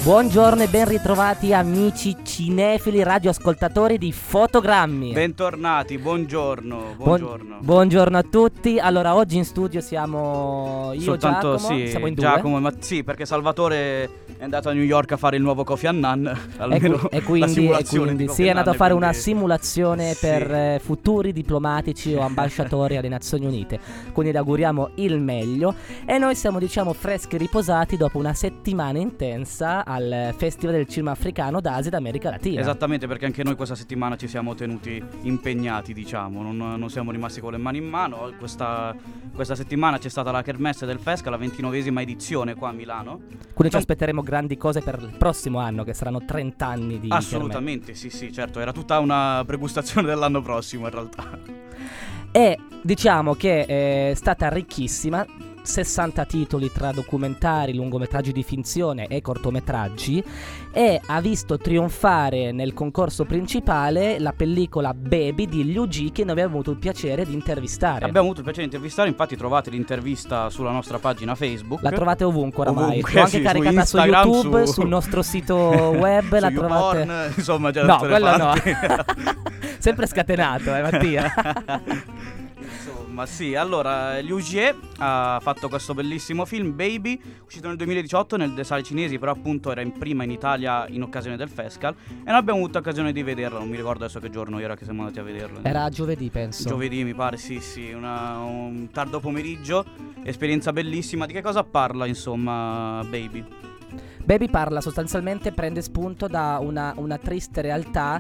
Buongiorno e ben ritrovati amici cinefili radioascoltatori di Fotogrammi. Bentornati, buongiorno. Buongiorno a tutti. Allora, oggi in studio siamo io e Giacomo, siamo in due. Giacomo, ma sì, perché Salvatore è andato a New York a fare il nuovo Kofi Annan. Almeno e quindi, la simulazione di Kofi è andato a fare quindi... una simulazione per futuri diplomatici o ambasciatori alle Nazioni Unite. Quindi le auguriamo il meglio. E noi siamo, diciamo, freschi e riposati dopo una settimana intensa al Festival del Cinema Africano d'Asia ed America Latina. Esattamente, perché anche noi questa settimana ci siamo tenuti impegnati, diciamo, non siamo rimasti con le mani in mano. Questa settimana c'è stata la kermesse del Fesca, la 29esima edizione qua a Milano. Quindi ci aspetteremo grandi cose per il prossimo anno, che saranno 30 anni di Assolutamente, sì, certo, era tutta una pregustazione dell'anno prossimo in realtà. E diciamo che è stata ricchissima. 60 titoli tra documentari, lungometraggi di finzione e cortometraggi, e ha visto trionfare nel concorso principale la pellicola Baby di Liu Ji, che noi abbiamo avuto il piacere di intervistare. Abbiamo avuto il piacere di intervistare, infatti trovate l'intervista sulla nostra pagina Facebook. La trovate ovunque oramai. Ovunque, l'ho anche sì, caricata su su Instagram, YouTube, sul nostro sito web. La trovate. YouPorn, insomma, già no, da tutte le quello parti. no. Sempre scatenato, Mattia. Ma sì, allora Liu Jie ha fatto questo bellissimo film Baby, uscito nel 2018 nelle sale cinesi, però appunto era in prima in Italia in occasione del festival e non abbiamo avuto occasione di vederlo. Non mi ricordo adesso che giorno era che siamo andati a vederlo. Era giovedì, penso. Giovedì mi pare, sì, un tardo pomeriggio, esperienza bellissima. Di che cosa parla insomma Baby? Baby parla sostanzialmente, prende spunto da una triste realtà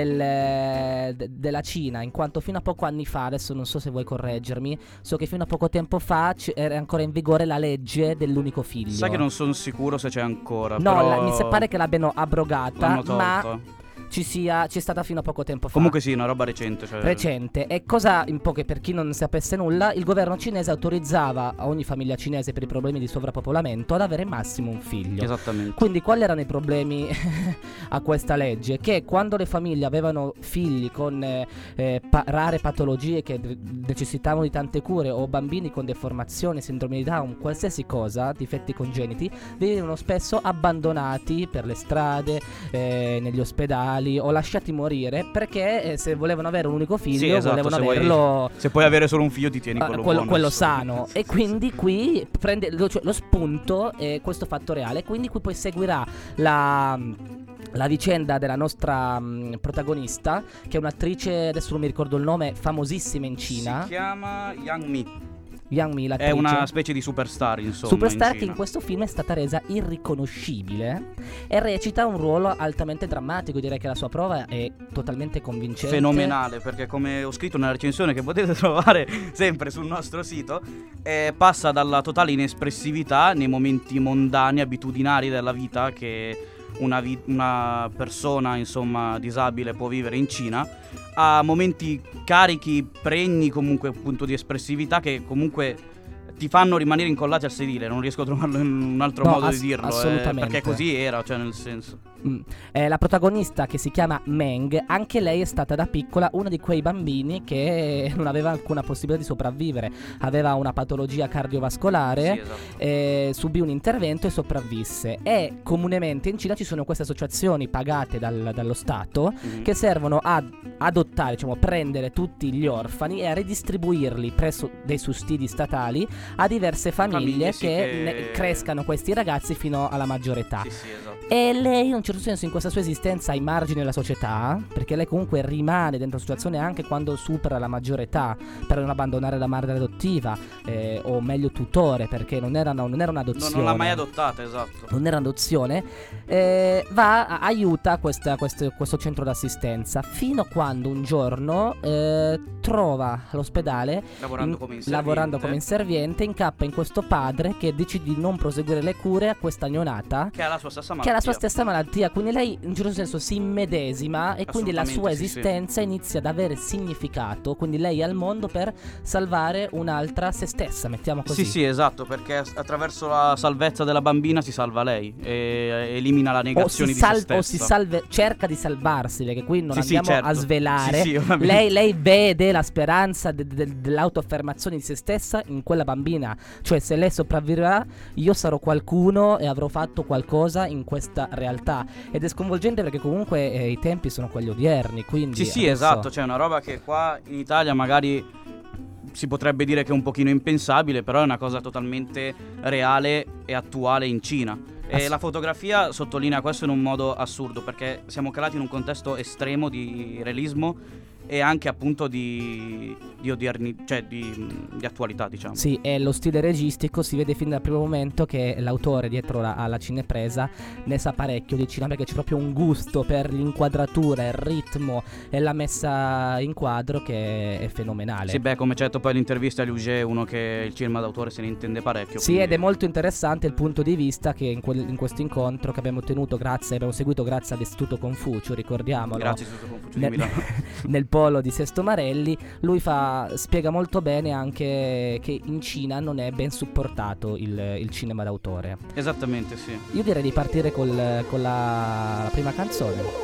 della Cina, in quanto fino a poco anni fa, adesso non so se vuoi correggermi, so che fino a poco tempo fa era ancora in vigore la legge dell'unico figlio. Sai che non sono sicuro se c'è ancora. No, però mi pare che l'abbiano abrogata, ma c'è stata fino a poco tempo fa. Comunque sì, una roba recente, recente. E cosa, in poche, per chi non sapesse nulla, il governo cinese autorizzava a ogni famiglia cinese, per i problemi di sovrappopolamento, ad avere massimo un figlio. Esattamente. Quindi quali erano i problemi a questa legge? Che quando le famiglie avevano figli con rare patologie che necessitavano di tante cure, o bambini con deformazioni, sindrome di Down, qualsiasi cosa, difetti congeniti, venivano spesso abbandonati per le strade, negli ospedali, o lasciati morire, perché se volevano avere un unico figlio, sì, esatto, volevano averlo. Se puoi avere solo un figlio, ti tieni quello sano. E quindi qui prende lo spunto questo fatto reale. Quindi qui poi seguirà la vicenda della nostra protagonista, che è un'attrice, adesso non mi ricordo il nome, famosissima in Cina. Si chiama Yang Mi. L'attrice. È una specie di superstar, insomma. Superstar in che in questo film è stata resa irriconoscibile e recita un ruolo altamente drammatico. Direi che la sua prova è totalmente convincente. Fenomenale, perché come ho scritto nella recensione che potete trovare sempre sul nostro sito, passa dalla totale inespressività nei momenti mondani, abitudinari della vita che una persona, insomma, disabile può vivere in Cina, a momenti carichi, pregni comunque appunto di espressività che comunque ti fanno rimanere incollati al sedile. Non riesco a trovarlo in un altro modo di dirlo, assolutamente. perché così era, cioè nel senso. La protagonista, che si chiama Meng, anche lei è stata da piccola una di quei bambini che non aveva alcuna possibilità di sopravvivere. Aveva una patologia cardiovascolare, sì, esatto. Subì un intervento e sopravvisse. E comunemente in Cina ci sono queste associazioni pagate dallo Stato, che servono a adottare, diciamo, prendere tutti gli orfani e a ridistribuirli presso dei sussidi statali a diverse famiglie che crescano questi ragazzi fino alla maggiore età. Sì, esatto. E lei, in un certo senso, in questa sua esistenza ai margini della società, perché lei comunque rimane dentro la situazione anche quando supera la maggiore età, per non abbandonare la madre adottiva, o meglio tutore, perché non era un'adozione. Non l'ha mai adottata, esatto. Non era un'adozione. Aiuta questo centro d'assistenza, fino a quando un giorno trova all'ospedale, lavorando come inserviente, incappa in questo padre che decide di non proseguire le cure a questa neonata, che ha la sua stessa malattia. Quindi lei in un certo senso si immedesima, e quindi la sua esistenza inizia ad avere significato. Quindi lei è al mondo per salvare un'altra se stessa, mettiamo così. Sì, esatto, perché attraverso la salvezza della bambina si salva lei e elimina la negazione di se stessa. O cerca di salvarsi, perché qui non andiamo certo. a svelare. Lei vede la speranza dell'autoaffermazione di se stessa in quella bambina. Cioè, se lei sopravviverà, io sarò qualcuno e avrò fatto qualcosa in questa questa realtà, ed è sconvolgente perché comunque i tempi sono quelli odierni, quindi sì, esatto, c'è una roba che qua in Italia magari si potrebbe dire che è un pochino impensabile, però è una cosa totalmente reale e attuale in Cina. E la fotografia sottolinea questo in un modo assurdo, perché siamo calati in un contesto estremo di realismo e anche appunto di attualità, diciamo. Sì, e lo stile registico si vede fin dal primo momento che l'autore dietro alla cinepresa ne sa parecchio di cinema, perché c'è proprio un gusto per l'inquadratura, il ritmo e la messa in quadro che è fenomenale. Sì, beh, come c'è detto poi l'intervista a Liu Jie, uno che il cinema d'autore se ne intende parecchio. Sì, quindi... ed è molto interessante il punto di vista che in questo incontro che abbiamo seguito grazie all'Istituto Confucio, ricordiamolo. Grazie Istituto Confucio di Milano. Nel polo di Sesto Marelli, lui spiega molto bene anche che in Cina non è ben supportato il cinema d'autore. Esattamente, sì. Io direi di partire con la prima canzone.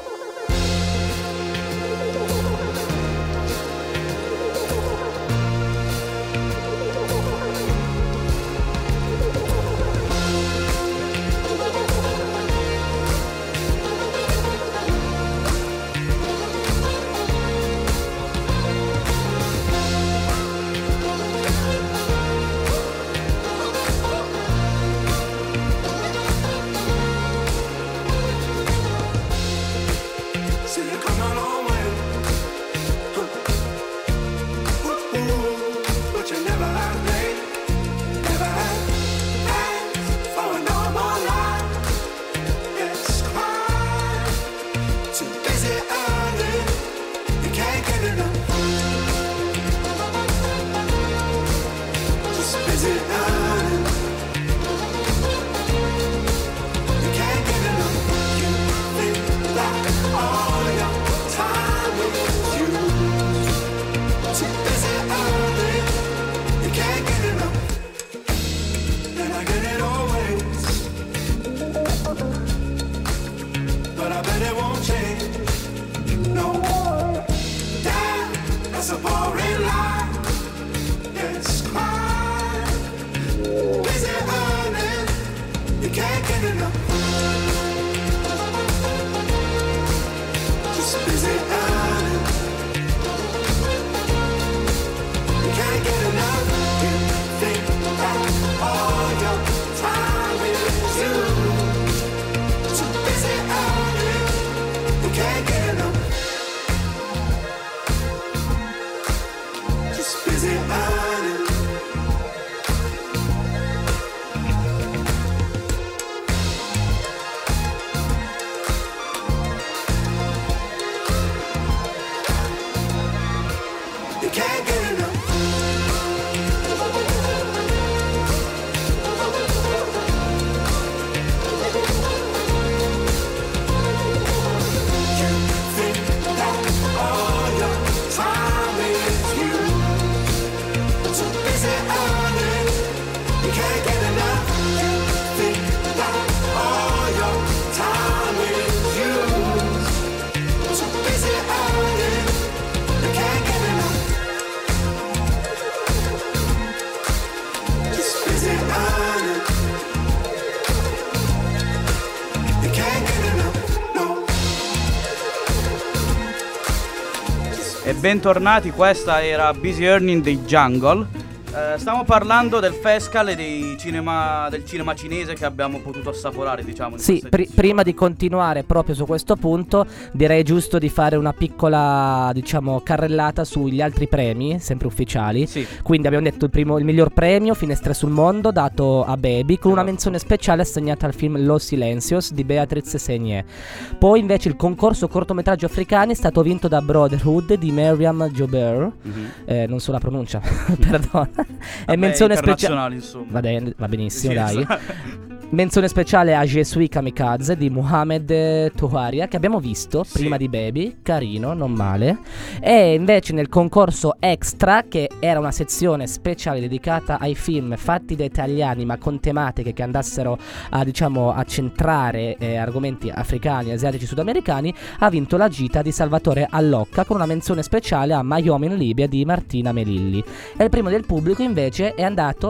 E bentornati, questa era Busy Earning dei Jungle. Stiamo parlando del Fescal e del cinema cinese che abbiamo potuto assaporare, diciamo. Sì, prima di continuare proprio su questo punto, direi giusto di fare una piccola, diciamo, carrellata sugli altri premi, sempre ufficiali. Sì. Quindi abbiamo detto il miglior premio, Finestre sul mondo, dato a Baby, con una menzione speciale assegnata al film Los Silencios di Beatriz Segné. Poi invece il concorso cortometraggio africani è stato vinto da Brotherhood di Mariam Joubert. Non so la pronuncia, perdono. E menzione speciale, insomma. Va benissimo, Sì, dai. esatto. Menzione speciale a Je suis Kamikaze di Mohamed Touharia, che abbiamo visto prima di Baby, carino, non male. E invece nel concorso Extra, che era una sezione speciale dedicata ai film fatti da italiani ma con tematiche che andassero a, diciamo, a centrare argomenti africani, asiatici, sudamericani, ha vinto La gita di Salvatore Allocca, con una menzione speciale a Mayom in Libia di Martina Melilli. E il primo del pubblico invece è andato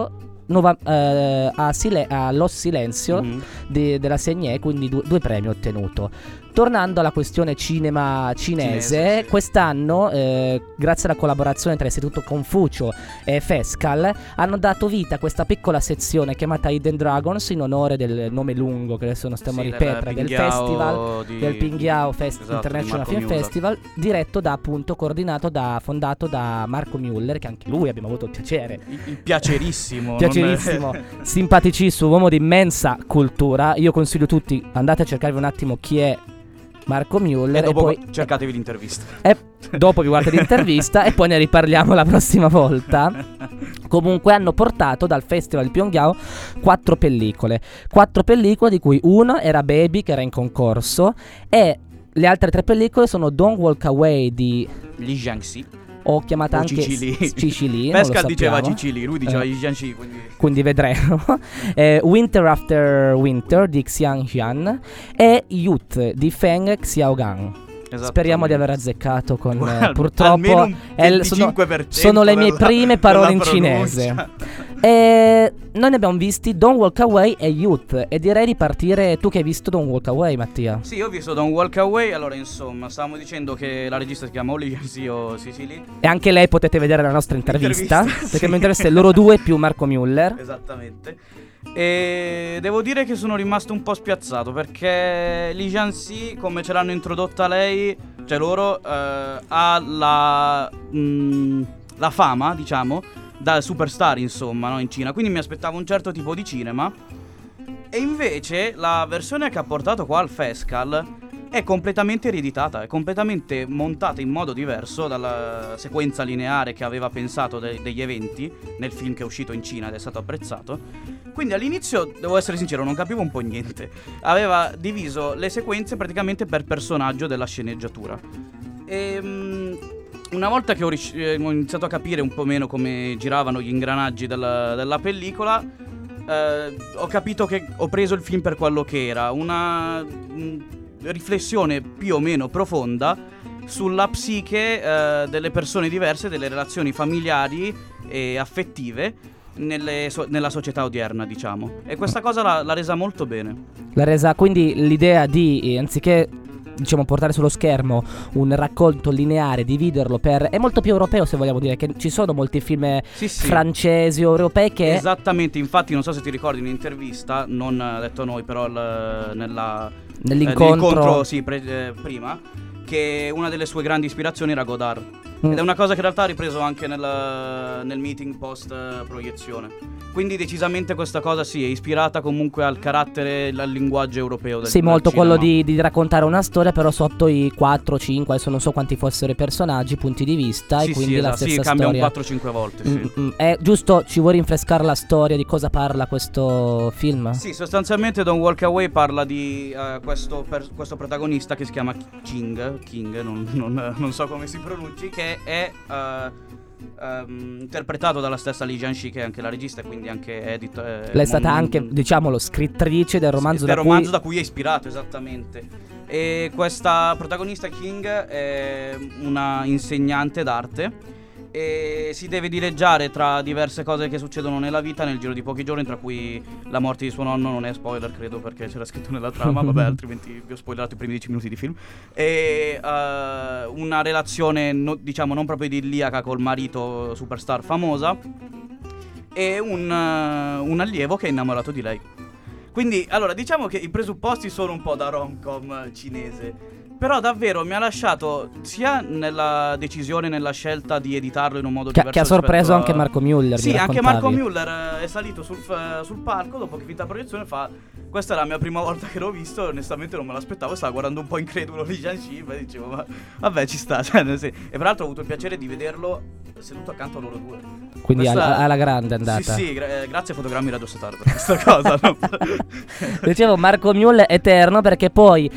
allo silenzio della Segné, quindi due premi ottenuto. Tornando alla questione cinema cinese, sì. Quest'anno, grazie alla collaborazione tra Istituto Confucio e Fescal, hanno dato vita a questa piccola sezione chiamata Hidden Dragons, in onore del nome lungo che adesso non stiamo a ripetere, del festival del Pinghiao International Film Festival, diretto da, appunto, fondato da Marco Müller, che anche lui abbiamo avuto il piacere. Il piacerissimo. Simpaticissimo, uomo di immensa cultura. Io consiglio tutti, andate a cercarvi un attimo chi è Marco Müller, e dopo poi cercatevi l'intervista. Dopo vi guardate l'intervista e poi ne riparliamo la prossima volta. Comunque hanno portato dal Festival di Pyongyang 4 pellicole, di cui una era Baby, che era in concorso, e le altre 3 pellicole sono Don't Walk Away di Li Jiangxi, o chiamata anche Cicili. Pesca diceva Cicili, lui diceva Li Jiangxi, quindi vedremo. Winter After Winter di Xiang Xian e Youth di Feng Xiaogang. Speriamo di aver azzeccato con purtroppo sono le mie prime parole in cinese. E noi ne abbiamo visti Don't Walk Away e Youth, e direi di partire. Tu che hai visto Don't Walk Away, Mattia? Sì, io ho visto Don't Walk Away. Allora, insomma, stavamo dicendo che la regista si chiama Oli Sicily, e anche lei potete vedere la nostra intervista perché mi interessa loro due più Marco Müller. Esattamente. E devo dire che sono rimasto un po' spiazzato, perché Li Jiangxi, come ce l'hanno introdotta lei, cioè loro, ha la fama, diciamo, da superstar, insomma, no, in Cina. Quindi mi aspettavo un certo tipo di cinema. E invece la versione che ha portato qua al Fescal è completamente rieditata, è completamente montata in modo diverso dalla sequenza lineare che aveva pensato degli eventi nel film che è uscito in Cina ed è stato apprezzato. Quindi all'inizio, devo essere sincero, non capivo un po' niente. Aveva diviso le sequenze praticamente per personaggio della sceneggiatura. E una volta che ho iniziato a capire un po' meno come giravano gli ingranaggi della pellicola, ho capito che ho preso il film per quello che era, una riflessione più o meno profonda sulla psiche delle persone diverse, delle relazioni familiari e affettive nella società odierna, diciamo. E questa cosa l'ha resa molto bene. L'ha resa, quindi, l'idea di, anziché, diciamo, portare sullo schermo un racconto lineare, dividerlo è molto più europeo, se vogliamo dire, che ci sono molti film francesi o europei che... Esattamente, infatti non so se ti ricordi in un'intervista, non detto noi, però nell'incontro prima, che una delle sue grandi ispirazioni era Godard. Ed è una cosa che in realtà ha ripreso anche nel meeting post proiezione. Quindi decisamente questa cosa è ispirata comunque al carattere, al linguaggio europeo del molto cinema. Quello di raccontare una storia, però sotto i 4-5, adesso non so quanti fossero i personaggi, punti di vista, e quindi la stessa cambia storia. un 4-5 volte. È giusto, ci vuoi rinfrescare la storia di cosa parla questo film? Sì, sostanzialmente Don't Walk Away parla di questo protagonista che si chiama King, non so come si pronunci, che è interpretato dalla stessa Li Jiangxi, che è anche la regista e quindi anche editor. Lei è stata anche, diciamolo, scrittrice del romanzo da cui è ispirato, esattamente. E questa protagonista King è una insegnante d'arte e si deve dileggiare tra diverse cose che succedono nella vita nel giro di pochi giorni, tra cui la morte di suo nonno. Non è spoiler, credo, perché c'era scritto nella trama, vabbè, altrimenti vi ho spoilerato i primi 10 minuti di film. E una relazione, diciamo, non proprio idilliaca col marito superstar famosa, e un allievo che è innamorato di lei. Quindi, allora, diciamo che i presupposti sono un po' da rom-com cinese, però davvero mi ha lasciato sia nella decisione, nella scelta di editarlo in un modo diverso. Che ha sorpreso anche Marco Müller. Sì, anche Marco Müller è salito sul palco dopo che finita la proiezione, questa è la mia prima volta che l'ho visto, onestamente non me l'aspettavo, stava guardando un po' incredulo Li Jiangxi, e dicevo, ma vabbè, ci sta, cioè, e peraltro ho avuto il piacere di vederlo seduto accanto a loro due. Quindi alla grande è andata. Sì, grazie a Fotogrammi Radio Star per questa cosa, no? Dicevo, Marco Müller eterno, perché poi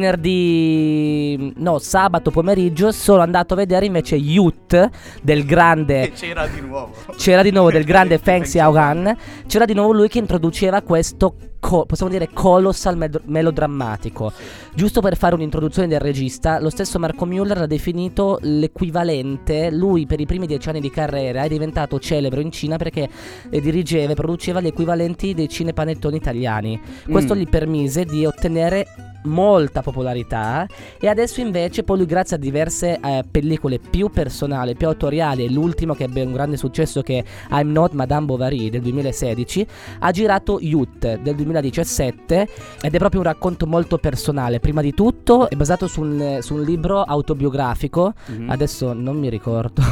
sabato pomeriggio sono andato a vedere invece Youth del grande e c'era di nuovo del grande Feng Xiaogan. C'era di nuovo lui che introduceva questo possiamo dire colossal melodrammatico. Giusto per fare un'introduzione del regista, lo stesso Marco Müller l'ha definito l'equivalente. Lui per i primi 10 anni di carriera è diventato celebre in Cina perché dirigeva e produceva gli equivalenti dei cinepanettoni italiani. Questo gli permise di ottenere molta popolarità, e adesso invece poi lui, grazie a diverse pellicole più personali, più autoriali, e l'ultimo che ebbe un grande successo, che è I'm Not Madame Bovary del 2016, ha girato Youth del 2017, ed è proprio un racconto molto personale. Prima di tutto è basato su un libro autobiografico, adesso non mi ricordo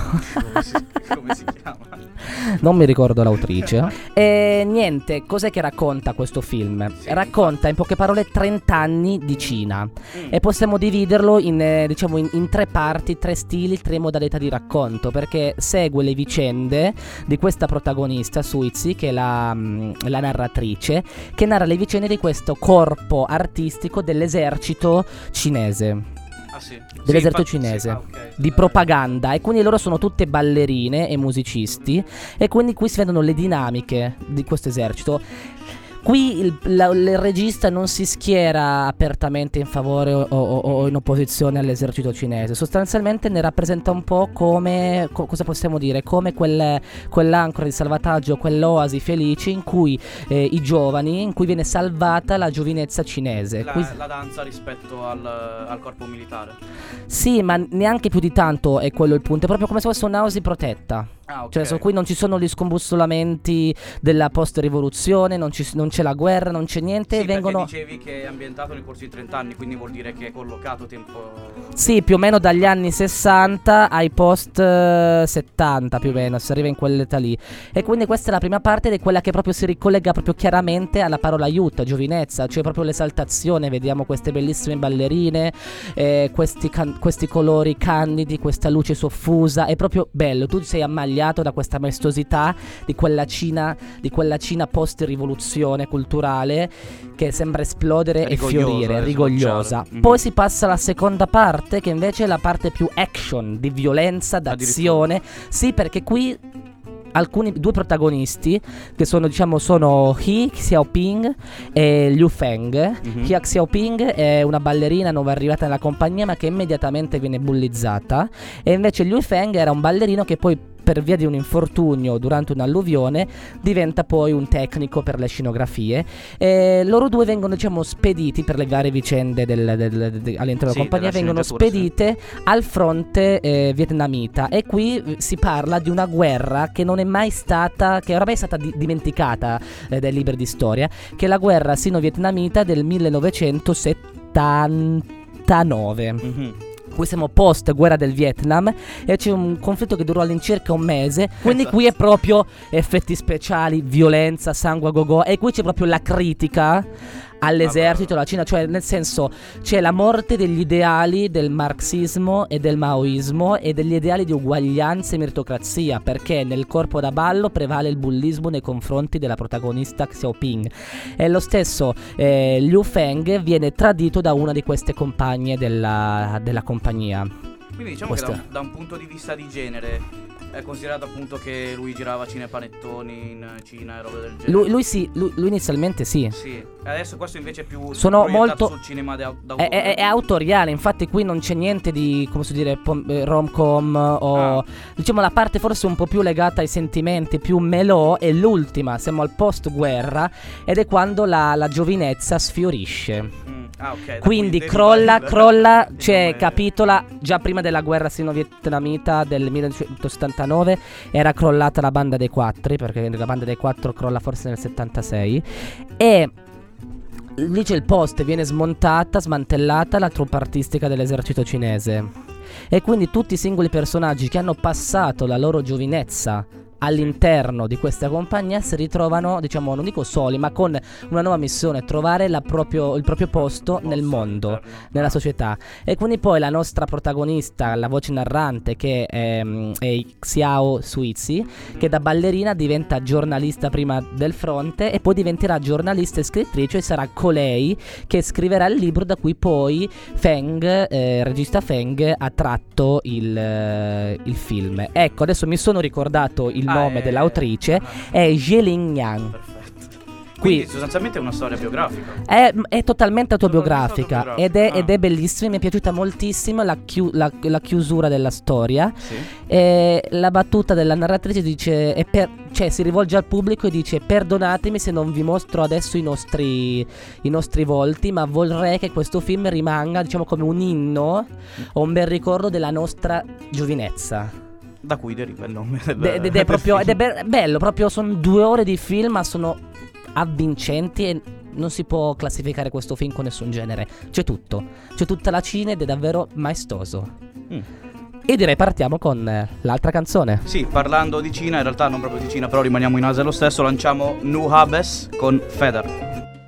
come si chiama? Non mi ricordo l'autrice. E niente, cos'è che racconta questo film? Racconta in poche parole 30 anni di Cina, e possiamo dividerlo in tre parti, tre stili, tre modalità di racconto, perché segue le vicende di questa protagonista, Suizi, che è la narratrice, che narra le vicende di questo corpo artistico dell'esercito cinese. Dell'esercito cinese, di propaganda, e quindi loro sono tutte ballerine e musicisti, e quindi qui si vedono le dinamiche di questo esercito. Qui il regista non si schiera apertamente in favore o in opposizione all'esercito cinese, sostanzialmente ne rappresenta un po' come, cosa possiamo dire, come quell'ancora di salvataggio, quell'oasi felice in cui i giovani, in cui viene salvata la giovinezza cinese. La danza rispetto al corpo militare. Sì, ma neanche più di tanto è quello il punto, è proprio come se fosse un'oasi protetta. Okay. Cioè, qui non ci sono gli scombussolamenti della post-rivoluzione, non c'è la guerra, non c'è niente. Sì, vengono... perché dicevi che è ambientato nel corso di 30 anni, quindi vuol dire che è collocato tempo... Sì, più o meno dagli anni 60 ai post 70, più o meno, si arriva in quell'età lì. E quindi questa è la prima parte, ed è quella che proprio si ricollega proprio chiaramente alla parola youth, giovinezza, cioè proprio l'esaltazione. Vediamo queste bellissime ballerine, questi colori candidi, questa luce soffusa, è proprio bello. Tu sei ammagliato da questa maestosità di quella Cina post-rivoluzione culturale che sembra esplodere e fiorire, rigogliosa. Poi si passa alla seconda parte, che invece è la parte più action, di violenza, d'azione. Sì, perché qui due protagonisti che sono He Xiaoping e Liu Feng. He Xiaoping è una ballerina nuova arrivata nella compagnia, ma che immediatamente viene bullizzata, e invece Liu Feng era un ballerino che poi, per via di un infortunio durante un'alluvione, diventa poi un tecnico per le scenografie. Loro due vengono spediti per le varie vicende all'interno della compagnia, vengono spedite al fronte vietnamita, e qui si parla di una guerra che non è mai stata, che oramai è stata dimenticata dai libri di storia, che è la guerra sino-vietnamita del 1979. Qui siamo post guerra del Vietnam, e c'è un conflitto che durò all'incirca un mese. Quindi qui è proprio effetti speciali, violenza, sangue a go-go, e qui c'è proprio la critica all'esercito, alla Cina, cioè nel senso c'è la morte degli ideali del marxismo e del maoismo e degli ideali di uguaglianza e meritocrazia, perché nel corpo da ballo prevale il bullismo nei confronti della protagonista Xiaoping, e lo stesso Liu Feng viene tradito da una di queste compagne della compagnia. Quindi diciamo che da un punto di vista di genere è considerato appunto che lui girava cinepanettoni in Cina e robe del genere. Lui inizialmente sì. Sì, adesso questo invece è più sono molto sul cinema d'autore. È autoriale, infatti qui non c'è niente di, come si dire, rom-com o diciamo la parte forse un po' più legata ai sentimenti, più melò, è l'ultima, siamo al post guerra, ed è quando la giovinezza sfiorisce. Okay, quindi crolla, cioè capitola già prima della guerra sino-vietnamita del 1979. Era crollata la banda dei Quattro, perché la banda dei Quattro crolla forse nel 76, e lì c'è il post, viene smantellata la troupe artistica dell'esercito cinese, e quindi tutti i singoli personaggi che hanno passato la loro giovinezza all'interno di questa compagnia si ritrovano, diciamo, non dico soli, ma con una nuova missione: trovare il proprio posto nel mondo, nella società. E quindi poi la nostra protagonista, la voce narrante, che è Xiao Suizi, che da ballerina diventa giornalista prima del fronte, e poi diventerà giornalista e scrittrice, e sarà colei che scriverà il libro da cui poi regista Feng ha tratto il film. Ecco, adesso mi sono ricordato il nome dell'autrice, è Zheling Yang. Perfetto. Quindi sostanzialmente è una storia biografica. È totalmente autobiografica ed è bellissima. Mi è piaciuta moltissimo la chiusura della storia. Sì. E la battuta della narratrice dice cioè si rivolge al pubblico e dice: perdonatemi se non vi mostro adesso i nostri volti, ma vorrei che questo film rimanga, diciamo, come un inno o un bel ricordo della nostra giovinezza. Da cui deriva il nome ed è proprio bello, proprio sono 2 ore di film, ma sono avvincenti e non si può classificare questo film con nessun genere. C'è tutto, c'è tutta la Cina ed è davvero maestoso. E direi partiamo con l'altra canzone. Sì, parlando di Cina, in realtà non proprio di Cina, però rimaniamo in Asia lo stesso. Lanciamo Nu Habes con Feather.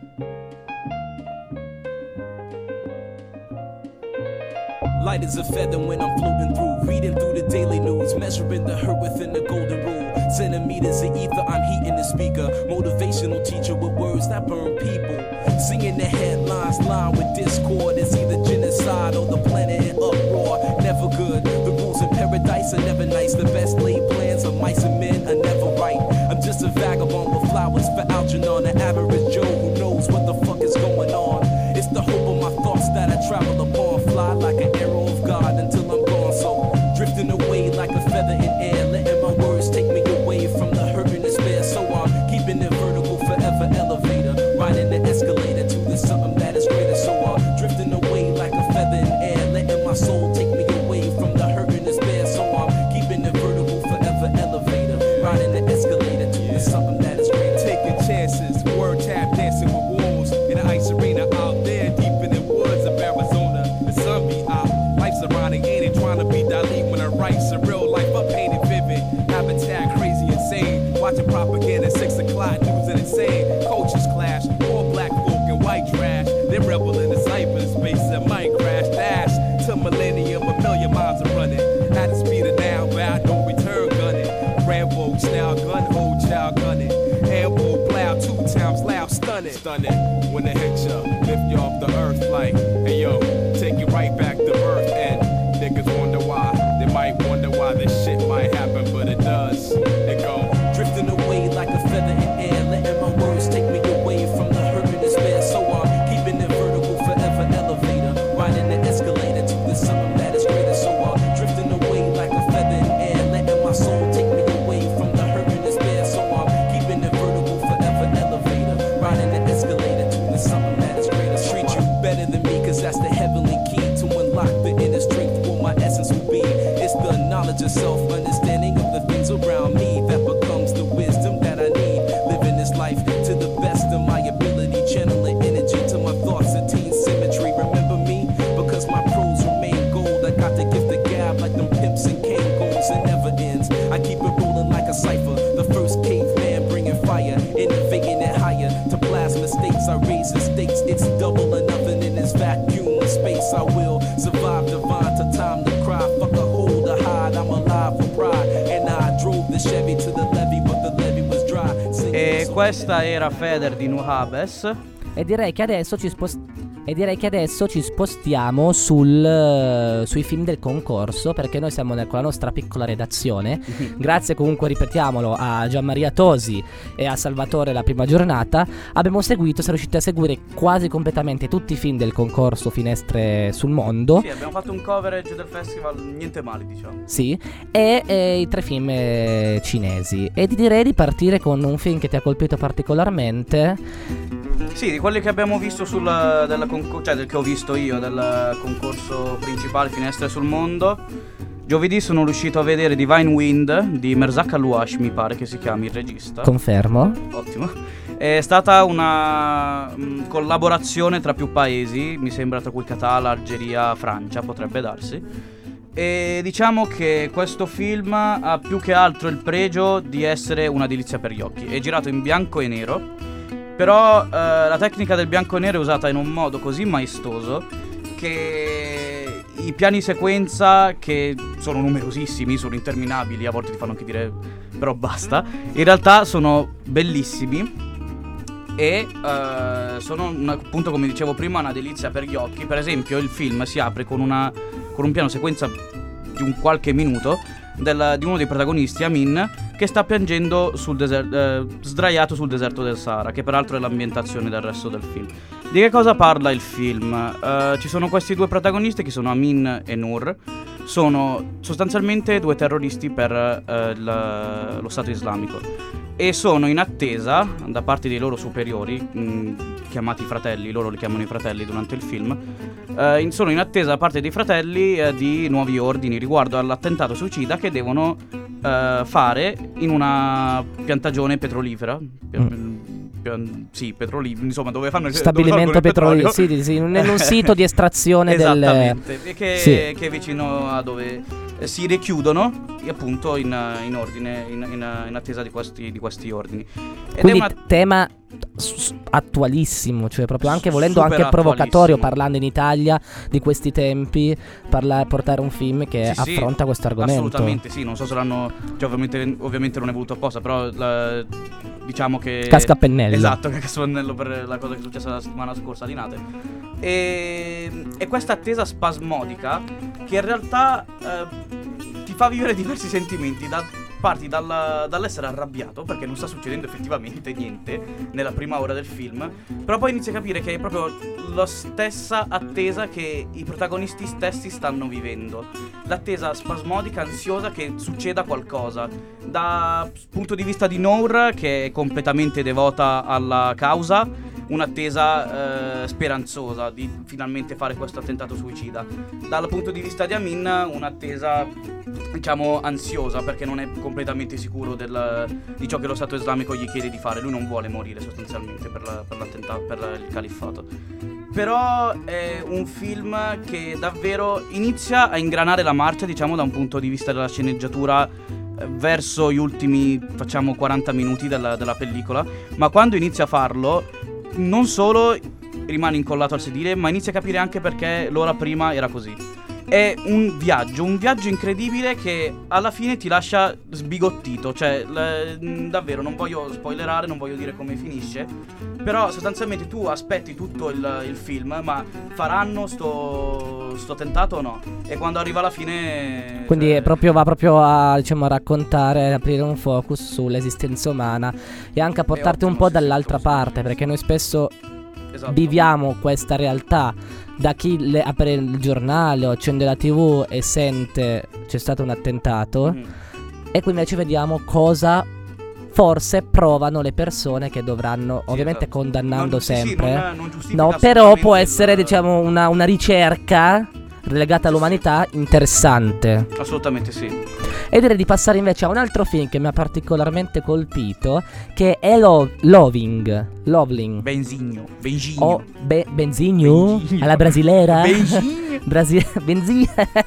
Light as a feather when I'm floating through, reading through the daily news, measuring the hurt within the golden rule. Centimeters of ether, I'm heating the speaker. Motivational teacher with words that burn people. Singing the headlines, line with discord. It's either genocide or the planet in uproar. Never good. The rules in paradise are never nice. The best laid plans of mice and men are never right. I'm just a vagabond with flowers for Algernon, an average Joe who knows what the fuck is going on. It's the hope of my thoughts that I travel upon, fly like an arrow of God until I'm gone. So drifting away like a feather in air, letting my words take me away from the hurt and despair. So I'm keeping it vertical, forever elevator, riding the escalator to the something that is greater. So I'm drifting away like a feather in air, letting my soul take me away from the hurt and despair. So I'm keeping it vertical, forever elevator, riding the escalator to the something that is greater. Taking chances, word tap dancing with wolves in the ice arena out there deep in the woods of Arizona. The sun be out, life's ironic, ain't it? Trying to be Dali when I write surreal life, I paint it vivid. Habitat crazy, insane. Watching propaganda, 6 o'clock news and insane. Cultures clash, all black folk and white trash. They rebel in the cyberspace that might crash. Dash to millennium, a million miles are running. At the speed of now, bout no return gunning. Rambo style gun, hold child gunning. Ambo plow 2 times loud, stunning. Stunning when they hit ya, lift you off the earth like, hey yo, take you right back to earth. And niggas wonder why, they might wonder why this shit might happen, but it does. It go Drifting away like a feather in air, letting my words take me away from the hurt and despair. So I'm keeping it vertical, forever elevator, riding the escalator to the something that is greater. So I'm drifting away like a feather in air, letting my soul take me away from the hurt and despair. So I'm keeping it vertical, forever elevator, riding the escalator to the something that is greater. Treat you better than me, cause that's the heavenly key to unlock the inner strength, what my essence will be. It's the knowledge of self, understanding of the things around me that becomes the wisdom that I need. Living this life to the best of my ability, channeling energy to my thoughts, attain symmetry. Remember me, because my prose remain gold. I got the gift of gab like them pimps and Kangos. It never ends, I keep it rolling like a cipher. The first caveman bringing fire, innovating it higher to plasma states. I raise the stakes, it's double or nothing in this vacuum of space. I will survive divine to time to cry. Fuck a hold to hide, I'm alive for pride. And I drove the Chevy to the levee, but the levee was dry. E questa era Feather di Nu Habes. E direi che adesso ci spostiamo sui film del concorso, perché noi siamo con la nostra piccola redazione. Grazie comunque, ripetiamolo, a Gianmaria Tosi e a Salvatore la prima giornata. Siamo riusciti a seguire quasi completamente tutti i film del concorso Finestre sul Mondo. Sì, abbiamo fatto un coverage del festival, niente male, diciamo. Sì, e i 3 film cinesi. E ti direi di partire con un film che ti ha colpito particolarmente. Sì, di quelli che abbiamo visto che ho visto io del concorso principale Finestre sul Mondo. Giovedì sono riuscito a vedere Divine Wind di Merzak Alouash, mi pare che si chiami il regista. Confermo. Ottimo. È stata una collaborazione tra più paesi, mi sembra, tra cui Qatar, Algeria, Francia, potrebbe darsi. E diciamo che questo film ha più che altro il pregio di essere una delizia per gli occhi. È girato in bianco e nero, però la tecnica del bianco e nero è usata in un modo così maestoso che i piani sequenza, che sono numerosissimi, sono interminabili, a volte ti fanno anche dire però basta, in realtà sono bellissimi e sono appunto, come dicevo prima, una delizia per gli occhi. Per esempio il film si apre con un piano sequenza di un qualche minuto di uno dei protagonisti, Amin, che sta piangendo sdraiato sul deserto del Sahara, che peraltro è l'ambientazione del resto del film. Di che cosa parla il film? Ci sono questi due protagonisti che sono Amin e Nur. Sono sostanzialmente due terroristi per lo Stato islamico e sono in attesa da parte dei loro superiori, chiamati fratelli, loro li chiamano i fratelli durante il film. Sono in attesa da parte dei fratelli di nuovi ordini riguardo all'attentato suicida che devono fare in una piantagione petrolifera. Sì, petrolifera, insomma, dove fanno stabilimento petrolifero, sì, in un sito di estrazione esattamente, del che è vicino a dove si richiudono appunto in ordine, in attesa di questi ordini. Quindi tema attualissimo, cioè proprio anche volendo anche provocatorio, parlando in Italia di questi tempi, portare un film che affronta questo argomento. Assolutamente sì, non so se l'hanno, cioè ovviamente non è voluto apposta, però diciamo che casca a pennello. Esatto, casca a pennello per la cosa che è successa la settimana scorsa di Nate. E questa attesa spasmodica che in realtà ti fa vivere diversi sentimenti. Parti dall'essere arrabbiato perché non sta succedendo effettivamente niente nella prima ora del film, però poi inizi a capire che è proprio la stessa attesa che i protagonisti stessi stanno vivendo, l'attesa spasmodica, ansiosa che succeda qualcosa. Da punto di vista di Noor, che è completamente devota alla causa, un'attesa speranzosa di finalmente fare questo attentato suicida. Dal punto di vista di Amin, un'attesa, diciamo, ansiosa, perché non è completamente sicuro di ciò che lo Stato islamico gli chiede di fare. Lui non vuole morire sostanzialmente per l'attentato, per il califfato. Però è un film che davvero inizia a ingranare la marcia, diciamo, da un punto di vista della sceneggiatura verso gli ultimi, facciamo, 40 minuti della pellicola. Ma quando inizia a farlo, non solo rimane incollato al sedile, ma inizia a capire anche perché l'ora prima era così. È un viaggio incredibile che alla fine ti lascia sbigottito. Cioè, davvero, non voglio spoilerare, non voglio dire come finisce, però sostanzialmente tu aspetti tutto il film, ma faranno sto tentato o no? E quando arriva alla fine, quindi va proprio a, diciamo, a raccontare, ad aprire un focus sull'esistenza umana e anche a portarti un po' dall'altra parte, perché noi spesso viviamo questa realtà da chi apre il giornale o accende la TV e sente c'è stato un attentato, e qui invece vediamo cosa forse provano le persone che dovranno, ovviamente condannando sempre, no, però può essere, diciamo, una ricerca legata all'umanità interessante. Assolutamente sì. E direi di passare invece a un altro film che mi ha particolarmente colpito, che è Loveling. Benzigno. Benzigno alla brasilera. Benzigno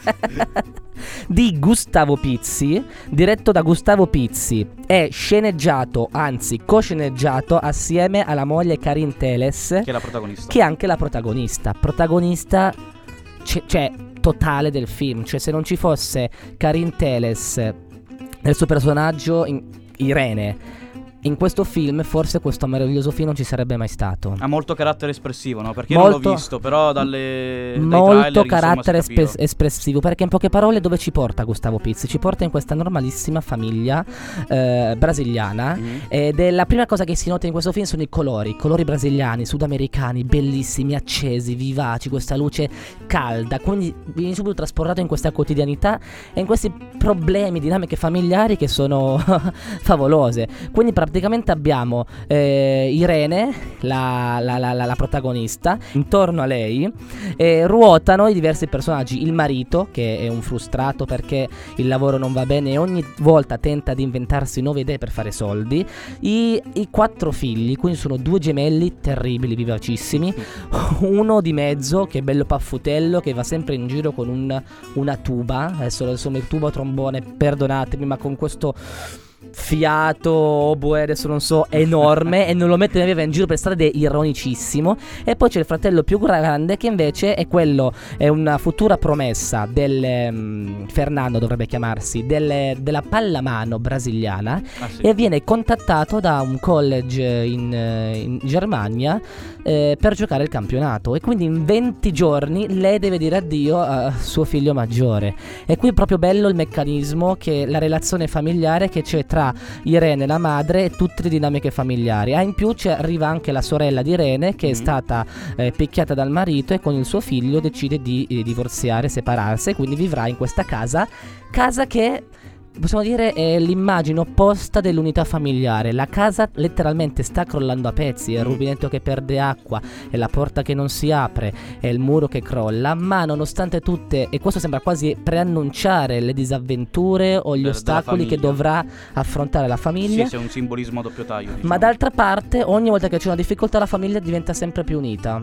di Gustavo Pizzi, diretto da Gustavo Pizzi, è sceneggiato, anzi co-sceneggiato assieme alla moglie Karin Teles, che è la protagonista, che è anche la protagonista cioè totale del film. Cioè, se non ci fosse Karin Teles nel suo personaggio Irene in questo film, forse questo meraviglioso film non ci sarebbe mai stato. Ha molto carattere espressivo, no? Perché io non l'ho visto, però dai molto trailer, carattere insomma, espressivo. Perché in poche parole dove ci porta Gustavo Pizzi? Ci porta in questa normalissima famiglia brasiliana, ed è la prima cosa che si nota in questo film sono i colori brasiliani, sudamericani, bellissimi, accesi, vivaci, questa luce calda. Quindi vieni subito trasportato in questa quotidianità e in questi problemi, dinamiche familiari che sono favolose. Quindi praticamente abbiamo Irene, la protagonista. Intorno a lei ruotano i diversi personaggi. Il marito, che è un frustrato perché il lavoro non va bene e ogni volta tenta di inventarsi nuove idee per fare soldi. I 4 figli, quindi sono 2 gemelli terribili, vivacissimi. Uno di mezzo che è bello paffutello, che va sempre in giro con una tuba. Adesso insomma il tubo trombone, perdonatemi, ma con questo fiato, oboe, adesso non so, enorme, e non lo mette in giro per strada, ed è ironicissimo. E poi c'è il fratello più grande, che invece è una futura promessa del Fernando dovrebbe chiamarsi, della pallamano brasiliana, Sì. e viene contattato da un college in Germania per giocare il campionato, e quindi in 20 giorni lei deve dire addio a suo figlio maggiore. E qui è proprio bello il meccanismo, che la relazione familiare che c'è tra Irene, la madre, e tutte le dinamiche familiari. In più arriva anche la sorella di Irene, che è stata picchiata dal marito, e con il suo figlio decide di divorziare, separarsi, e quindi vivrà in questa casa che possiamo dire è l'immagine opposta dell'unità familiare. La casa letteralmente sta crollando a pezzi, è il rubinetto che perde acqua, è la porta che non si apre, è il muro che crolla, ma nonostante tutte, e questo sembra quasi preannunciare le disavventure o gli ostacoli che dovrà affrontare la famiglia. Sì, è un simbolismo a doppio taglio, diciamo. Ma d'altra parte, ogni volta che c'è una difficoltà, la famiglia diventa sempre più unita.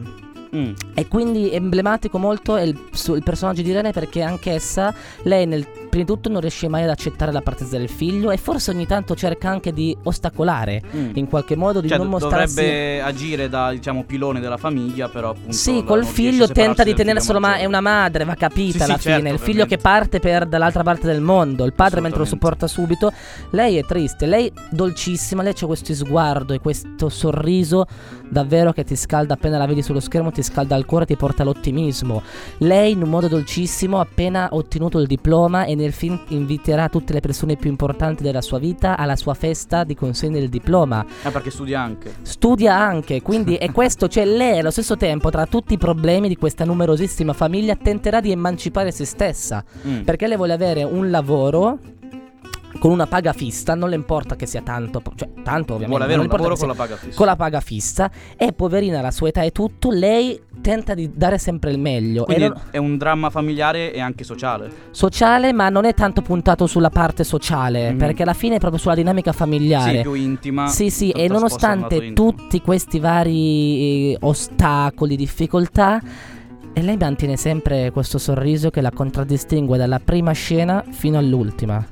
E quindi è emblematico molto il personaggio di Irene, perché anch'essa, lei prima di tutto non riesce mai ad accettare la partenza del figlio, e forse ogni tanto cerca anche di ostacolare in qualche modo, di non mostrarsi. Dovrebbe agire da, diciamo, pilone della famiglia, però appunto sì, col figlio tenta di tenerselo, ma è una madre, va capita alla fine, certo, il figlio che parte dall'altra parte del mondo, il padre mentre lo supporta subito. Lei è triste, lei dolcissima, lei c'ha questo sguardo e questo sorriso davvero che ti scalda, appena la vedi sullo schermo ti scalda il cuore, ti porta all'ottimismo. Lei in un modo dolcissimo, appena ottenuto il diploma, e nel film inviterà tutte le persone più importanti della sua vita alla sua festa di consegna del diploma. Perché studia anche, quindi è questo, cioè lei allo stesso tempo, tra tutti i problemi di questa numerosissima famiglia, tenterà di emancipare se stessa, perché lei vuole avere un lavoro con una paga fissa, non le importa che sia tanto, cioè tanto ovviamente. Vuole avere un lavoro con la paga fissa. E poverina, la sua età e tutto, lei tenta di dare sempre il meglio. Quindi è un dramma familiare e anche sociale, ma non è tanto puntato sulla parte sociale, perché alla fine è proprio sulla dinamica familiare. Sì, più intima. Sì, e nonostante tutti questi vari ostacoli, difficoltà, e lei mantiene sempre questo sorriso che la contraddistingue dalla prima scena fino all'ultima.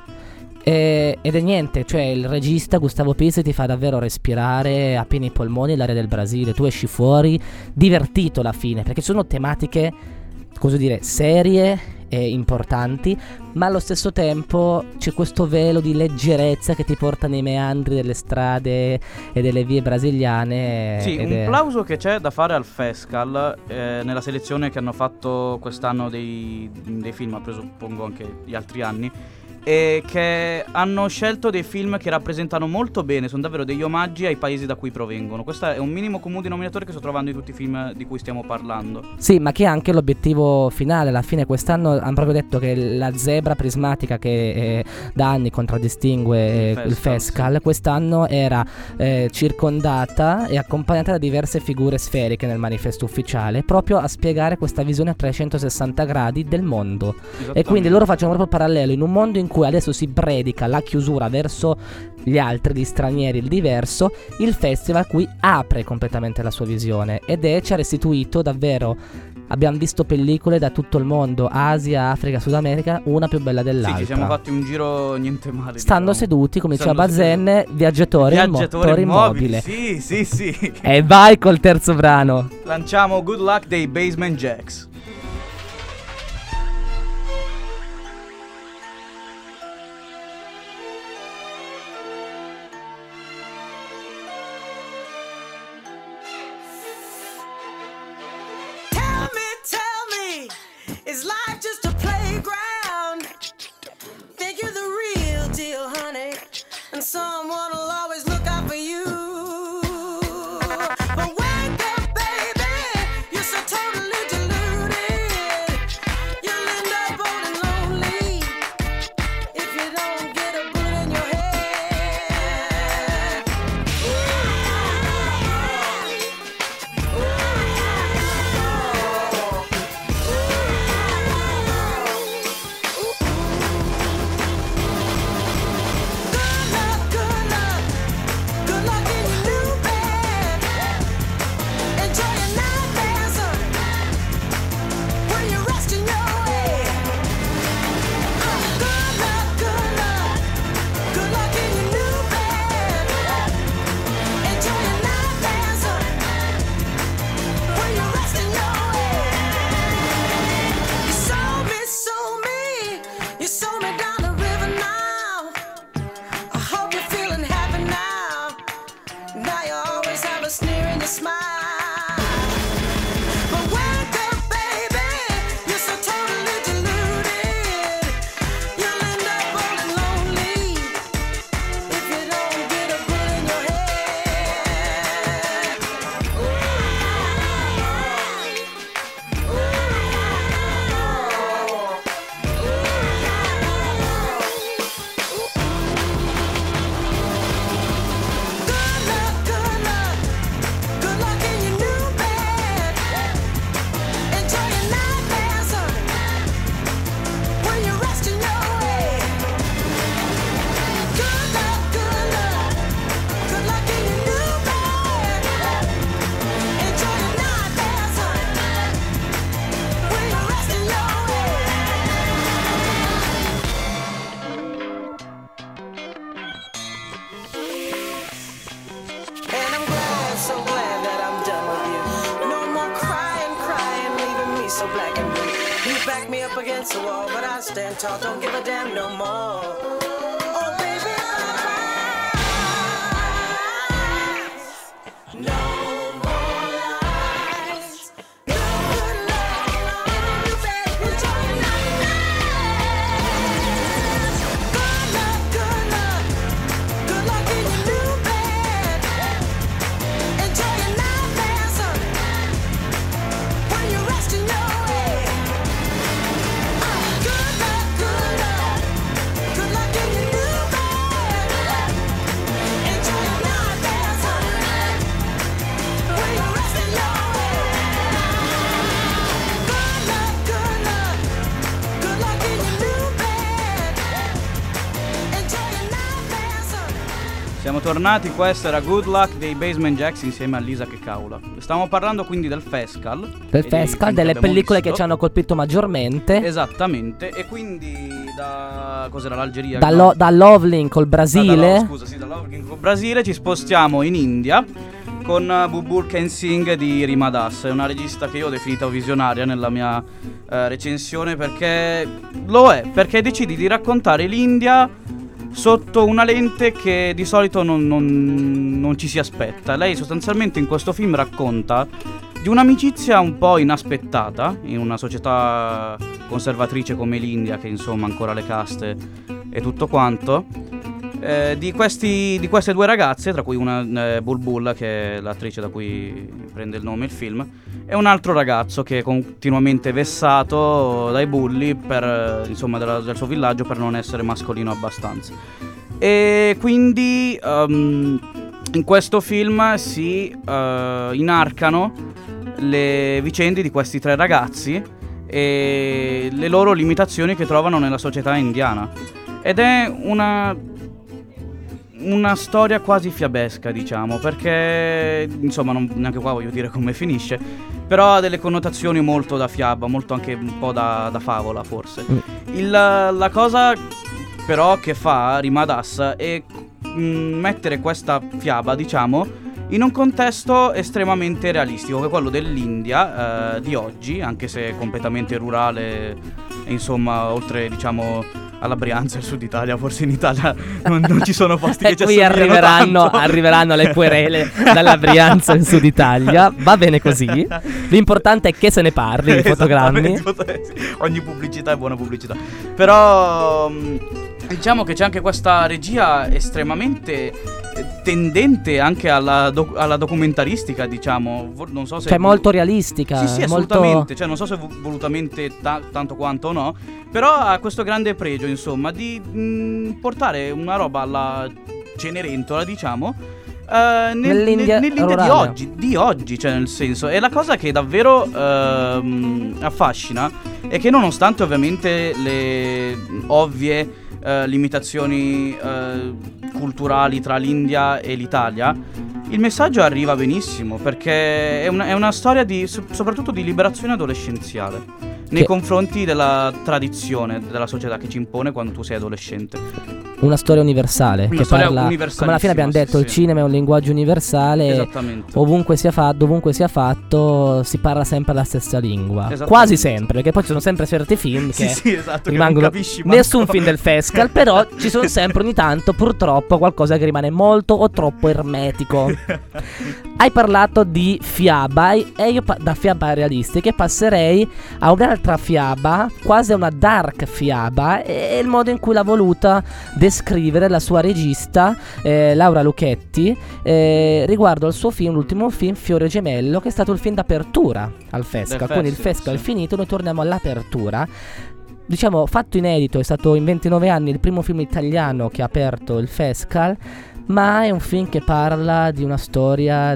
Ed è niente, cioè il regista Gustavo Pizzi ti fa davvero respirare a pieni polmoni l'aria del Brasile. Tu esci fuori divertito alla fine, perché sono tematiche, cosa dire, serie e importanti, ma allo stesso tempo c'è questo velo di leggerezza che ti porta nei meandri delle strade e delle vie brasiliane. Sì, un plauso che c'è da fare al Fescal nella selezione che hanno fatto quest'anno dei film, ma presuppongo anche gli altri anni, e che hanno scelto dei film che rappresentano molto bene, sono davvero degli omaggi ai paesi da cui provengono. Questo è un minimo comune denominatore che sto trovando in tutti i film di cui stiamo parlando. Sì, ma che è anche l'obiettivo finale. Alla fine quest'anno hanno proprio detto che la zebra prismatica che da anni contraddistingue il Fescal, sì, quest'anno era circondata e accompagnata da diverse figure sferiche nel manifesto ufficiale, proprio a spiegare questa visione a 360 gradi del mondo. E quindi loro facciano proprio parallelo in un mondo in cui adesso si predica la chiusura verso gli altri, gli stranieri, il diverso. Il festival qui apre completamente la sua visione ed ci ha restituito davvero. Abbiamo visto pellicole da tutto il mondo, Asia, Africa, Sud America, una più bella dell'altra. Sì, ci siamo fatti un giro niente male. Stando seduti, come diceva Bazen, viaggiatori immobile. Sì. E vai col terzo brano. Lanciamo Good Luck dei Basement Jacks. Is life just a playground? Think you're the real deal, honey, and someone will always look out for you. But wake up, baby, you're so totally deluded. so black and blue. You back me up against the wall, but I stand tall, don't give a damn no more. Oh baby, lies. No more lies. Good luck in your bed, enjoy your nightmares. Good luck, good luck. Good luck in your new bed. Enjoy your nightmares, when you're resting your head. Good luck, good luck. Good luck in your new bed. Enjoy your nightmares, when you're resting your head. Good luck, good luck. Good luck in your new bed. Enjoy your nightmares. Siamo tornati, questo era Good Luck dei Basement Jacks insieme a Lisa che Caula. Stavamo parlando quindi del Fescal. Del Fescal, delle pellicole che ci hanno hanno colpito maggiormente. Esattamente, e quindi da cos'era l'Algeria? Da Loveling col Brasile. Da Loveling col Brasile ci spostiamo in India con Bulbul Ken Singh di Rima Das. È una regista che io ho definito visionaria nella mia recensione, perché lo è, perché decidi di raccontare l'India sotto una lente che di solito non ci si aspetta. Lei sostanzialmente in questo film racconta di un'amicizia un po' inaspettata in una società conservatrice come l'India, che insomma ancora le caste e tutto quanto, di queste due ragazze, tra cui una Bulbul, che è l'attrice da cui prende il nome il film, e un altro ragazzo che è continuamente vessato dai bulli del suo villaggio per non essere mascolino abbastanza. E quindi in questo film si inarcano le vicende di questi tre ragazzi e le loro limitazioni che trovano nella società indiana. Ed è una storia quasi fiabesca, diciamo, perché insomma neanche qua voglio dire come finisce, però ha delle connotazioni molto da fiaba, molto anche un po' da favola forse. La cosa però che fa Rima Das è mettere questa fiaba, diciamo, in un contesto estremamente realistico, che è quello dell'India di oggi, anche se completamente rurale e insomma oltre, diciamo, alla Brianza, il sud Italia. Forse in Italia non ci sono posti che ci qui arriveranno le querele dalla Brianza in sud Italia. Va bene così. L'importante è che se ne parli di fotogrammi. Ogni pubblicità è buona pubblicità. Però diciamo che c'è anche questa regia estremamente tendente anche alla documentaristica, diciamo. Non so se cioè molto realistica. Sì, assolutamente. Cioè non so se volutamente tanto quanto no, però ha questo grande pregio, insomma, di portare una roba alla Cenerentola, diciamo, nell'India di oggi, cioè nel senso. E la cosa che davvero affascina è che, nonostante ovviamente le ovvie limitazioni culturali tra l'India e l'Italia, il messaggio arriva benissimo, perché è una storia soprattutto di liberazione adolescenziale nei confronti della tradizione della società che ci impone quando tu sei adolescente. Una storia universale, Una che storia parla, come alla fine abbiamo detto, sì, il cinema è un linguaggio universale. Esattamente. Dovunque sia fatto, si parla sempre la stessa lingua. Quasi sempre, perché poi ci sono sempre certi film che esatto, rimangono che non capisci nessun film del Fescal, però ci sono sempre ogni tanto purtroppo qualcosa che rimane molto o troppo ermetico. Hai parlato di fiaba e io da fiaba realistica passerei a un'altra fiaba, quasi a una dark fiaba, e il modo in cui l'ha voluta descrivere la sua regista Laura Lucchetti riguardo al suo film, l'ultimo film Fiore Gemello, che è stato il film d'apertura al Fescal. Quindi il Fescal è finito, noi torniamo all'apertura. Diciamo, fatto inedito, è stato in 29 anni il primo film italiano che ha aperto il Fescal, ma è un film che parla di una storia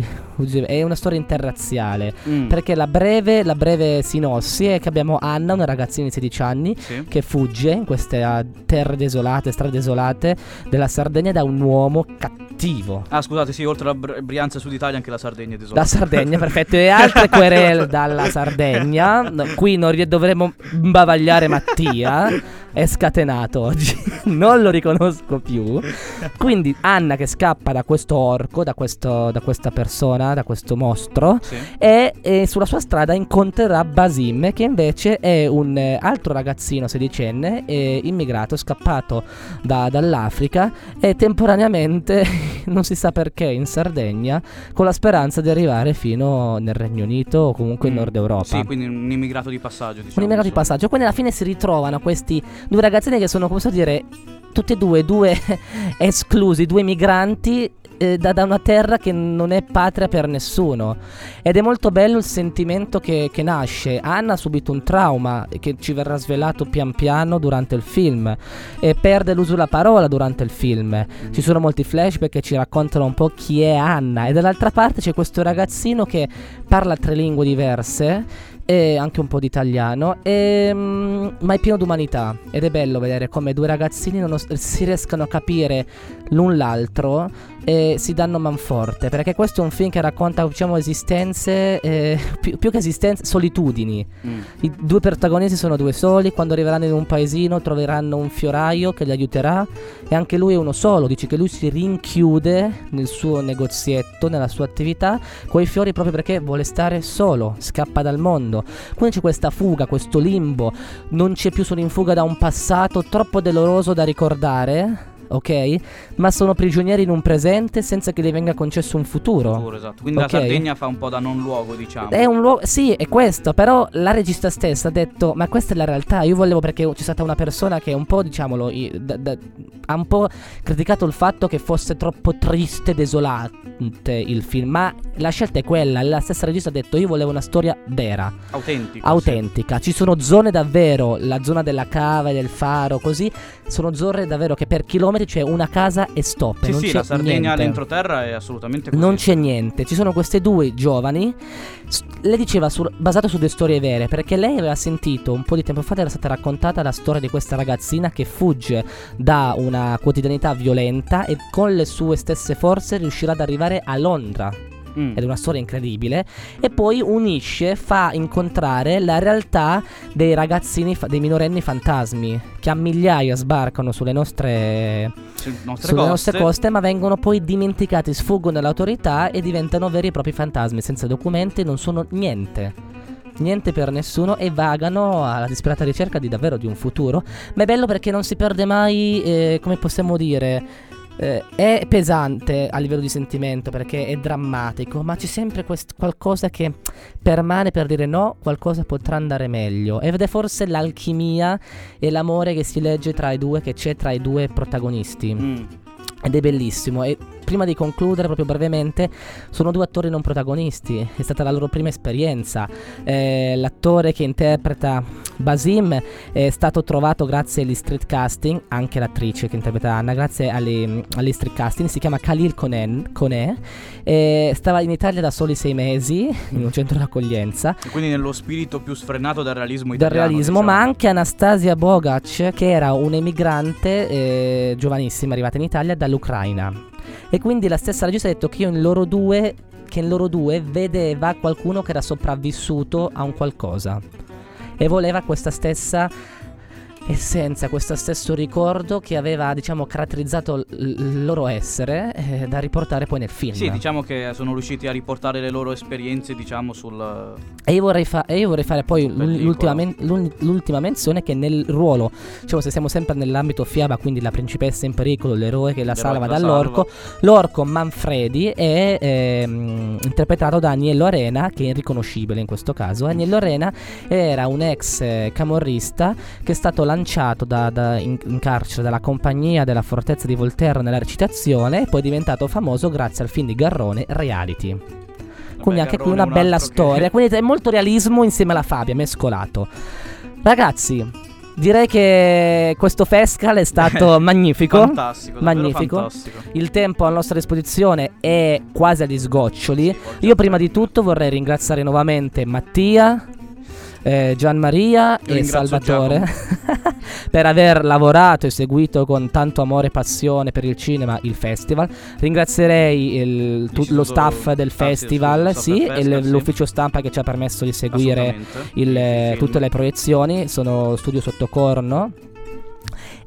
è una storia interrazziale, perché la breve sinossi è che abbiamo Anna, una ragazzina di 16 anni, che fugge in queste terre desolate, strade desolate della Sardegna da un uomo cattivo. Ah, scusate, sì, oltre alla Brianza Sud Italia anche la Sardegna è desolata. La Sardegna, perfetto. E altre querele dalla Sardegna. Qui non dovremmo imbavagliare Mattia. È scatenato oggi. Non lo riconosco più. Quindi Anna che scappa da questo orco, da questa persona persona, da questo mostro, Sì. e sulla sua strada incontrerà Basim, che invece è un altro ragazzino sedicenne, immigrato, scappato dall'Africa e temporaneamente, non si sa perché, in Sardegna, con la speranza di arrivare fino nel Regno Unito o comunque in Nord Europa. Sì, quindi un immigrato di passaggio, diciamo. Un immigrato di insomma. passaggio. Quindi alla fine si ritrovano questi due ragazzini che sono, come posso dire, tutti e due esclusi, due migranti da una terra che non è patria per nessuno. Ed è molto bello il sentimento che nasce. Anna ha subito un trauma che ci verrà svelato pian piano durante il film, e perde l'uso della parola durante il film. Ci sono molti flashback che ci raccontano un po' chi è Anna, e dall'altra parte c'è questo ragazzino che parla 3 lingue diverse e anche un po' di italiano, ma è pieno d'umanità, ed è bello vedere come due ragazzini non si riescano a capire l'un l'altro e si danno manforte, perché questo è un film che racconta, diciamo, esistenze, più che esistenze, solitudini. I due protagonisti sono due soli, quando arriveranno in un paesino troveranno un fioraio che li aiuterà, e anche lui è uno solo. Dice che lui si rinchiude nel suo negozietto, nella sua attività coi fiori, proprio perché vuole stare solo, scappa dal mondo. Quindi c'è questa fuga, questo limbo, non c'è più, sono in fuga da un passato troppo doloroso da ricordare, ok? Ma sono prigionieri in un presente senza che gli venga concesso un futuro. Esatto. Quindi Ok. la Sardegna fa un po' da non luogo, diciamo. È un luogo, sì, è questo, però la regista stessa ha detto: ma questa è la realtà. Io volevo, perché c'è stata una persona che un po', diciamolo, ha un po' criticato il fatto che fosse troppo triste, desolante il film, ma la scelta è quella. La stessa regista ha detto: io volevo una storia vera, autentica. Ci sono zone davvero, la zona della cava e del faro, così, sono zone davvero che per chilometri c'è una casa e stop. Sì, non sì, c'è la Sardegna niente. all'entroterra è assolutamente così. Non c'è niente, ci sono queste due giovani. Lei diceva basato su 2 storie vere, perché lei aveva sentito un po' di tempo fa, era stata raccontata la storia di questa ragazzina che fugge da una quotidianità violenta e con le sue stesse forze riuscirà ad arrivare a Londra. Ed è una storia incredibile. E poi unisce, fa incontrare la realtà dei ragazzini, dei minorenni fantasmi, che a migliaia sbarcano sulle nostre coste, ma vengono poi dimenticati, sfuggono dall'autorità e diventano veri e propri fantasmi, senza documenti, non sono niente per nessuno, e vagano alla disperata ricerca di davvero di un futuro. Ma è bello perché non si perde mai, come possiamo dire, è pesante a livello di sentimento perché è drammatico, ma c'è sempre qualcosa che permane per dire: no, qualcosa potrà andare meglio. Ed è forse l'alchimia e l'amore che si legge tra i due, che c'è tra i due protagonisti. Ed è bellissimo. E prima di concludere, proprio brevemente, sono 2 attori non protagonisti. È stata la loro prima esperienza. L'attore che interpreta Basim è stato trovato grazie agli street casting. Anche l'attrice che interpreta Anna, grazie agli street casting. Si chiama Khalil Koneh. Stava in Italia da soli 6 mesi in un centro d'accoglienza. E quindi nello spirito più sfrenato del realismo Del italiano, realismo, diciamo. ma anche Anastasia Bogac, che era un'emigrante giovanissima arrivata in Italia dall'Ucraina. E quindi la stessa regista ha detto che in loro due vedeva qualcuno che era sopravvissuto a un qualcosa e voleva questa stessa essenza, questo stesso ricordo che aveva, diciamo, caratterizzato il loro essere, da riportare poi nel film. Sì, diciamo che sono riusciti a riportare le loro esperienze, diciamo, sul... E io vorrei fare poi pellicola. l'ultima menzione, che nel ruolo, diciamo, se siamo sempre nell'ambito fiaba, quindi la principessa in pericolo, l'eroe che la L'eroe salva che la dall'orco, l'orco Manfredi è interpretato da Agnello Arena, che è irriconoscibile in questo caso. Agnello Arena era un ex camorrista che è stato lanciato in carcere dalla compagnia della Fortezza di Volterra nella recitazione, e poi è diventato famoso grazie al film di Garrone, Reality. Quindi anche qui una bella storia. Quindi è molto realismo insieme alla Fabia, mescolato. Ragazzi, direi che questo festival è stato magnifico. Fantastico, davvero magnifico. fantastico. Il tempo a nostra disposizione è quasi agli sgoccioli. Io prima di tutto vorrei ringraziare nuovamente Mattia, Gianmaria Io e ringrazio Salvatore per aver lavorato e seguito con tanto amore e passione per il cinema il festival. Ringrazierei lo staff del festival, sì, e l'ufficio stampa che ci ha permesso di seguire Assolutamente. tutte le proiezioni. Sono Studio Sottocorno.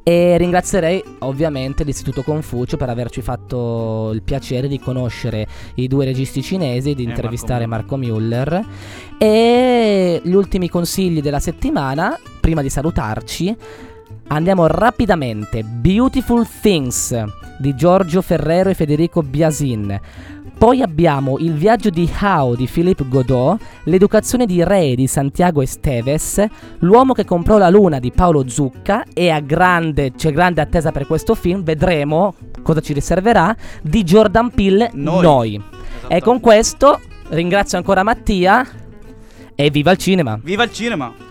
E ringrazierei ovviamente l'Istituto Confucio per averci fatto il piacere di conoscere i due registi cinesi, di intervistare Marco Müller. E gli ultimi consigli della settimana, prima di salutarci, andiamo rapidamente. Beautiful Things di Giorgio Ferrero e Federico Biasin. Poi abbiamo Il viaggio di Hao di Philippe Godot, L'educazione di Re di Santiago Esteves, L'uomo che comprò la luna di Paolo Zucca, e c'è grande attesa per questo film, vedremo cosa ci riserverà, di Jordan Peele, Noi. E con questo ringrazio ancora Mattia e viva il cinema! Viva il cinema!